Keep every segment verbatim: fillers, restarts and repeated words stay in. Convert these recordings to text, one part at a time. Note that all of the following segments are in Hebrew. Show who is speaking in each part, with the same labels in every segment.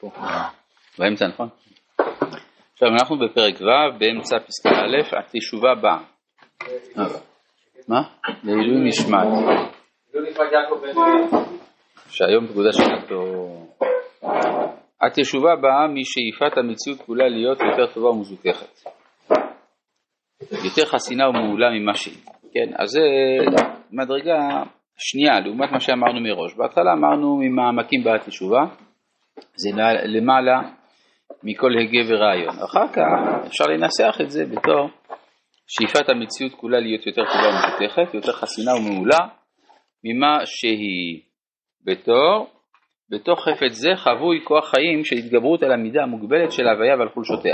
Speaker 1: באמצע, נכון? עכשיו אנחנו בפרק ו' באמצע פסקה א', התשובה באה. מה? לעילוי נשמת. שהיום פקודה שלנו. התשובה באה משאיפת המציאות כולה להיות יותר טובה ומזוכחת. יותר חסינה ומעולה ממה שהיא. כן, אז זה מדרגה שנייה, לעומת מה שאמרנו מראש. בהתחלה אמרנו ממעמקים בתשובה, זה למעלה מכל הגה ורעיון. אחר כך אפשר לנסח את זה בתור שאיפת המציאות כולה להיות יותר טובה ומזוכחת, יותר חסינה ומעולה ממה שהיא. בתור, בתוך חפץ זה חבוי כוח חיים של התגברות על המידה המוגבלת של ההוויה ועל חולשותיה.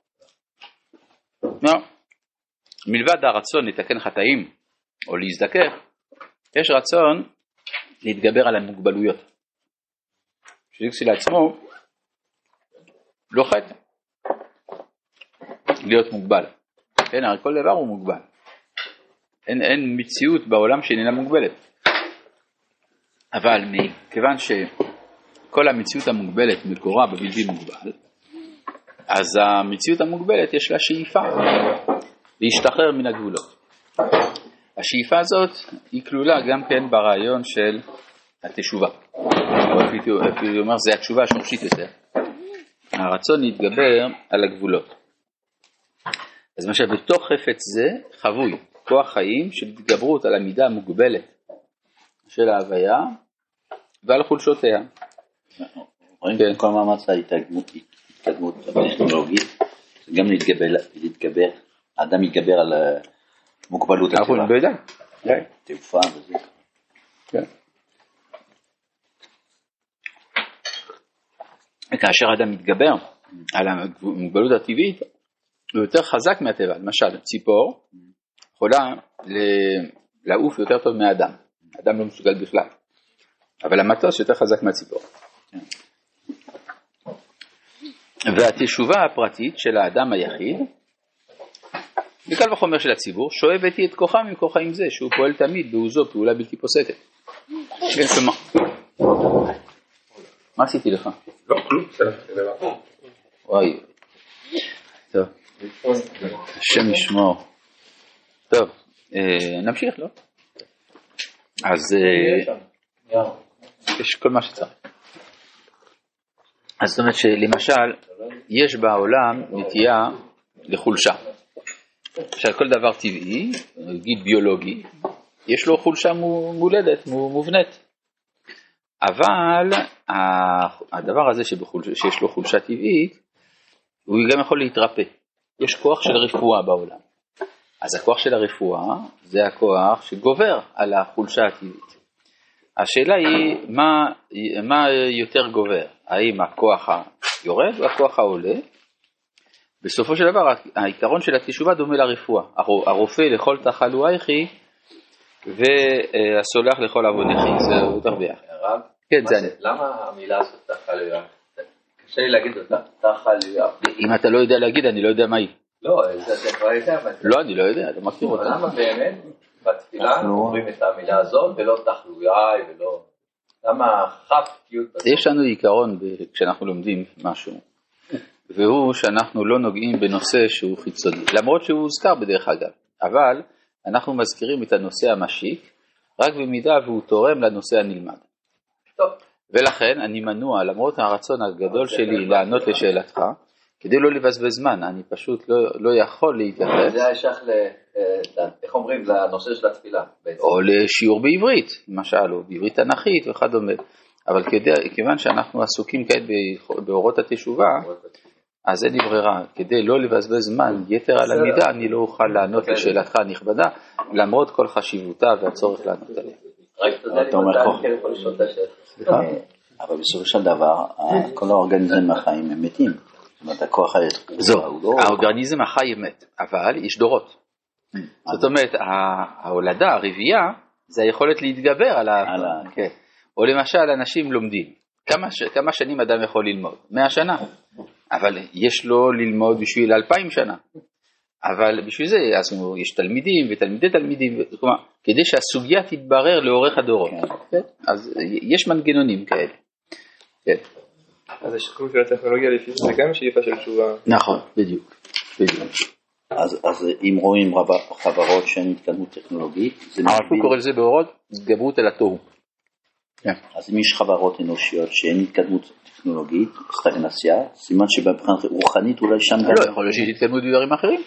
Speaker 1: לא. מלבד הרצון לתקן חטאים או להזדכך, יש רצון להתגבר על המוגבלויות. שזה לעצמו לא חטא להיות מוגבל. כן, הרי כל דבר הוא מוגבל. אין, אין מציאות בעולם שאיננה מוגבלת. אבל מכיוון שכל המציאות המוגבלת מקורה בבלתי מוגבל, אז המציאות המוגבלת יש לה שאיפה להשתחרר מן הגבולות. השאיפה הזאת היא כלולה גם כן ברעיון של התשובה. אפילו אומר, זה התשובה השורשית יותר. הרצון להתגבר על הגבולות. אז למשל, בתוך חפץ זה חבוי כוח חיים של התגברות על המידה המוגבלת של ההוויה ועל חולשותיה.
Speaker 2: רואים כן. כל מאמץ ההתקדמות הטכנולוגית, גם להתגבר, האדם יתגבר על מוגבלות הטבע.
Speaker 1: אנחנו נבדל.
Speaker 2: תעופה וזה.
Speaker 1: כן. וכאשר האדם מתגבר על המוגבלות הטבעית, הוא יותר חזק מהטבע. למשל, ציפור יכולה לעוף יותר טוב מהאדם. האדם לא מסוגל בכלל. אבל המטוס יותר חזק מהציפור. והתשובה הפרטית של האדם היחיד, בקל וחומר של הציבור, שואבת את כוחה מכוחה עם זה, שהוא פועל תמיד בעוזו פעולה בלתי פוסקת. מה עשיתי לך?
Speaker 3: לא, כלום.
Speaker 1: וואי. טוב. השם ישמור. טוב, נמשיך, לא? אז יש כל מה שצריך. אז זאת אומרת שלמשל, יש בעולם נטייה לחולשה. למשל כל דבר טבעי, נגיד ביולוגי, יש לו חולשה מולדת, מובנית. אבל הדבר הזה שיש לו חולשה טבעית, הוא גם יכול להתרפא. יש כוח של רפואה בעולם. אז הכוח של הרפואה זה הכוח שגובר על החולשה הטבעית. השאלה היא מה, מה יותר גובר? האם הכוח היורד או הכוח העולה? בסופו של דבר העיקרון של התשובה דומה לרפואה. הרופא לכל תחלואיכי והסולח לכל עוונכי. זה יותר ביחד.
Speaker 4: הרב?
Speaker 1: כן, זה אני.
Speaker 4: למה המילה הזאת תחלואי? קשה לי להגיד אותה. תחלואי.
Speaker 1: אם אתה לא יודע להגיד, אני לא יודע מה היא.
Speaker 4: לא, זה כבר יודע.
Speaker 1: לא, אני לא יודע, אתה מכיר אותה.
Speaker 4: למה באמת בתפילה אומרים את המילה הזאת ולא תחלואי ולא... למה חפקיות?
Speaker 1: יש לנו עיקרון כשאנחנו לומדים משהו, והוא שאנחנו לא נוגעים בנושא שהוא חיצוני, למרות שהוא הוזכר בדרך אגב, אבל אנחנו מזכירים את הנושא המשיק רק במידה והוא תורם לנושא הנלמד.
Speaker 4: טוב.
Speaker 1: ולכן אני מנוע, למרות הרצון הגדול שלי לענות לשאלתך, כדי לא לבזבז זמן, אני פשוט לא, לא יכול להתייחס.
Speaker 4: זה השייך ל... איך אומרים? לנושא של התפילה בעצם.
Speaker 1: או לשיעור בעברית, למשל, או בעברית תנכית וכדומה. אבל כדי, כיוון שאנחנו עסוקים כעת באורות התשובה, אז אין לי ברירה. כדי לא לבזבז זמן יתר על המידה, אני לא אוכל לענות לשאלתך הנכבדה, למרות כל חשיבותה והצורך לענות עליה.
Speaker 4: רק תודה לי מתי כן יכול לשאול את השאלה.
Speaker 2: אבל בסופו של דבר, כל האורגניזם החיים הם מתים. זאת אומרת, הכוח היחיד.
Speaker 1: זו, האורגניזם החי מת, אבל יש דורות. זאת אומרת, ההולדה, הרבייה, זה היכולת להתגבר על ה... או למשל, אנשים לומדים. כמה שנים אדם יכול ללמוד? מאה שנה. אבל יש לו ללמוד בשביל אלפיים שנה. אבל בשביל זה, אז יש תלמידים ותלמידי תלמידים, כלומר, כדי שהסוגיה תתברר לאורך הדורות. אז יש מנגנונים כאלה. כן.
Speaker 3: אז השיקול של הטכנולוגיה לפי זה גם שאיפה של תשובה.
Speaker 2: נכון, בדיוק, בדיוק. אז, אז אם רואים חברות שהן התקדמות טכנולוגית,
Speaker 1: הרב קוק קורא לזה באורות התגברות אל התוהו.
Speaker 2: אז אם יש חברות אנושיות שהן התקדמות טכנולוגית, סטגנציה, סימן שבבחינת רוחנית אולי שם גם...
Speaker 1: לא, יכול להיות שיש התקדמות בדברים אחרים.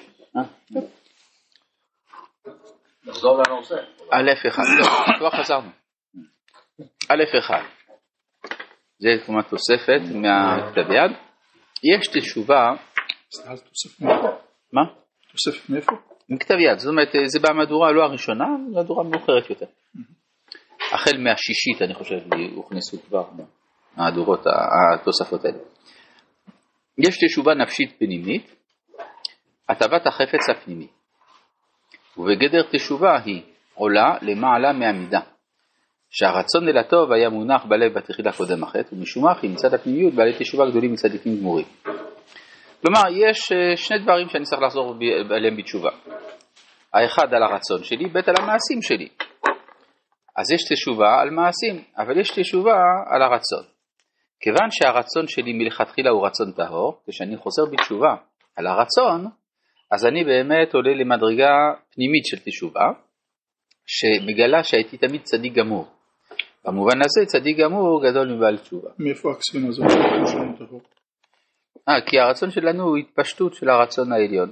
Speaker 4: נחזור לנושא.
Speaker 1: א' אחד, כבר חזרנו. א' אחד, זה כמובן תוספת מהכתב יד. יש תשובה...
Speaker 5: סליחה, זה תוספת מאיפה?
Speaker 1: מה?
Speaker 5: תוספת מאיפה?
Speaker 1: מכתב יד, זאת אומרת, זה במהדורה לא הראשונה, מהדורה מאוחרת יותר. החל מהשישית, אני חושב, הוכנסו כבר מהדורות, התוספות האלה. יש תשובה נפשית פנימית, הטבת החפץ הפנימי. ובגדר תשובה היא עולה למעלה מהמידה. שהרצון אל הטוב היה מונח בלב בתחילה קודם החטא, ומשום כך היא מצד הפנימיות בעלי תשובה גדולים מצדיקים גמורים. כלומר, יש שני דברים שאני צריך לחזור עליהם בתשובה. האחד על הרצון שלי, ב' על המעשים שלי. אז יש תשובה על מעשים, אבל יש תשובה על הרצון. כיוון שהרצון שלי מלכתחילה הוא רצון טהור, כשאני חוזר בתשובה על הרצון, אז אני באמת עולה למדרגה פנימית של תשובה, שמגלה שהייתי תמיד צדיק גמור. במובן הזה צדיק גמור גדול מבעל תשובה.
Speaker 5: מאיפה הקסין הזאת?
Speaker 1: אה, כי הרצון שלנו הוא התפשטות של הרצון העליון.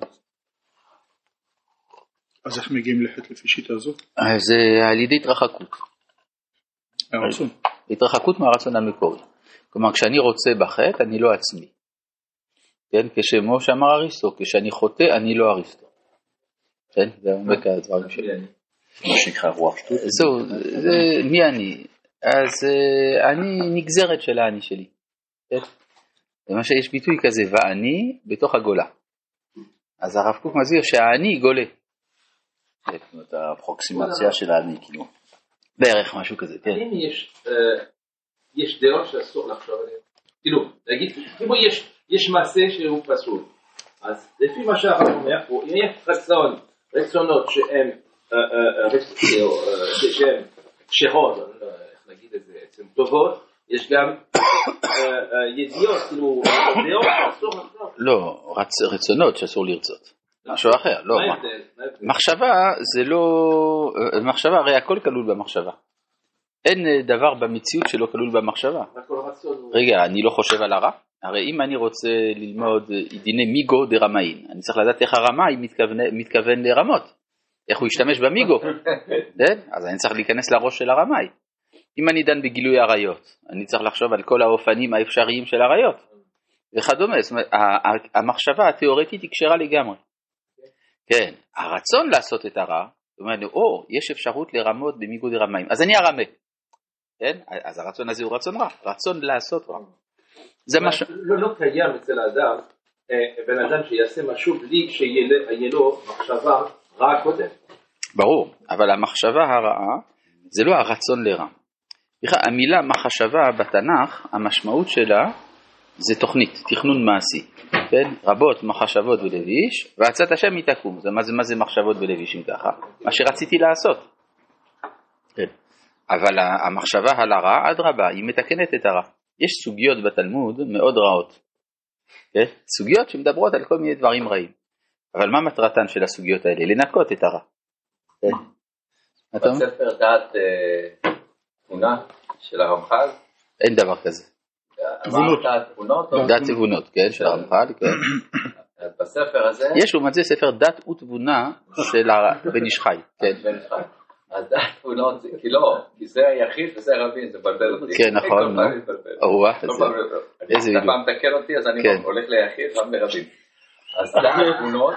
Speaker 5: אז איך מגיעים לחטא לפי שיטה הזאת?
Speaker 1: זה על ידי התרחקות.
Speaker 5: הרצון.
Speaker 1: התרחקות מהרצון המקורי. כלומר, כשאני רוצה בחטא, אני לא עצמי. כן? כשמו שאמר אריסטו, כשאני חוטא, אני לא אריסטו. כן? זה עומק הדברים שלי.
Speaker 2: מה שנקרא רוח שטות.
Speaker 1: זהו, זה מי אני? אז אני נגזרת של האני שלי. כן? למשל, יש ביטוי כזה, ואני בתוך הגולה. אז הרב קוק מזהיר שהאני גולה.
Speaker 2: זאת אומרת, האפרוקסימציה של האני, כאילו.
Speaker 1: בערך משהו כזה, כן.
Speaker 4: האם יש דעות שאסור לחשוב עליהן? כאילו, נגיד, כמו יש מעשה שהוא פסול, אז לפי מה שהרב אומר, אם יש רצון, רצונות שהן כשרות, איך נגיד את זה, עצם טובות, יש גם ידיעות, כאילו, דעות שאסור לחשוב.
Speaker 1: לא, רצונות שאסור לרצות. משהו אחר, לא. מחשבה זה לא, מחשבה, הרי הכל כלול במחשבה. אין דבר במציאות שלא כלול במחשבה. רגע, אני לא חושב על הרע? הרי אם אני רוצה ללמוד דיני מיגו דרמאין, אני צריך לדעת איך הרמאי מתכוון, מתכוון לרמות. איך הוא ישתמש במיגו. אז אני צריך להיכנס לראש של הרמאי. אם אני דן בגילוי עריות, אני צריך לחשוב על כל האופנים האפשריים של עריות. וכדומה, זאת אומרת, המחשבה התיאורטית היא קשרה לגמרי. כן, הרצון לעשות את הרע, זאת אומרת, או, יש אפשרות לרמות במיגו דרמאים, אז אני ארמה. כן? אז הרצון הזה הוא רצון רע, רצון לעשות רע. זה מה ש...
Speaker 4: לא קיים אצל האדם, בן אדם שיעשה משהו בלי שיהיה לו מחשבה רעה קודם.
Speaker 1: ברור, אבל המחשבה הרעה זה לא הרצון לרע. בכלל, המילה מחשבה בתנ"ך, המשמעות שלה זה תוכנית, תכנון מעשי. כן? רבות מחשבות ולביש, ועצת השם היא תקום. זה מה זה, מה זה מחשבות ולבישים ככה? מה שרציתי לעשות. כן. אבל המחשבה על הרע, אדרבה, היא מתקנת את הרע. יש סוגיות בתלמוד מאוד רעות. כן? סוגיות שמדברות על כל מיני דברים רעים. אבל מה מטרתן של הסוגיות האלה? לנקות את הרע. כן?
Speaker 4: בספר דעת תמונה של הרמח"ל?
Speaker 1: אין דבר כזה.
Speaker 4: תבונות.
Speaker 1: דת תבונות, כן, של הרמח"ל, כן.
Speaker 4: בספר הזה...
Speaker 1: יש לעומת זה ספר דת ותבונה של בן איש חי, כן.
Speaker 4: אז דת תבונות, כי לא, כי זה היחיד וזה רבין, זה בלבל אותי.
Speaker 1: כן, נכון, אוה, איזה
Speaker 4: בדיוק. אתה פעם תקן אותי, אז אני הולך ליחיד, גם לרבים. אז דת תבונות,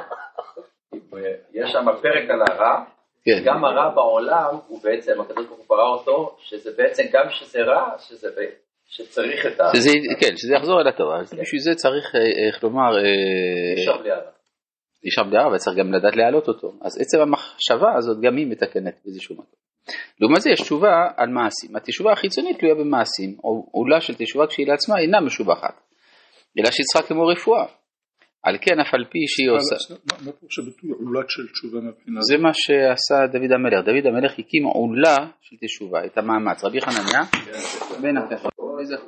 Speaker 4: יש שם פרק על הרע, גם הרע בעולם, הוא בעצם, הקדוש ברוך הוא ברא אותו, שזה בעצם גם שזה רע, שזה בעצם, שצריך את ה...
Speaker 1: שזה, כן, שזה יחזור אל הטוב, אז בשביל זה צריך, איך לומר...
Speaker 4: נשאר בלי הרע.
Speaker 1: נשאר בלי הרע, וצריך גם לדעת להעלות אותו. אז עצם המחשבה הזאת גם היא מתקנת באיזשהו מקום. לעומת זה יש תשובה על מעשים. התשובה החיצונית תלויה במעשים, או עולה של תשובה כשהיא לעצמה אינה משובחת, אלא שהיא צריכה כמו רפואה. על כן אף על פי שהיא עושה...
Speaker 5: מה פה שבטוי עולת של תשובה מבחינה?
Speaker 1: זה מה שעשה דוד המלך. דוד המלך הקים עולה של תשובה, את המאמץ. רבי חנניה בן עקשיא.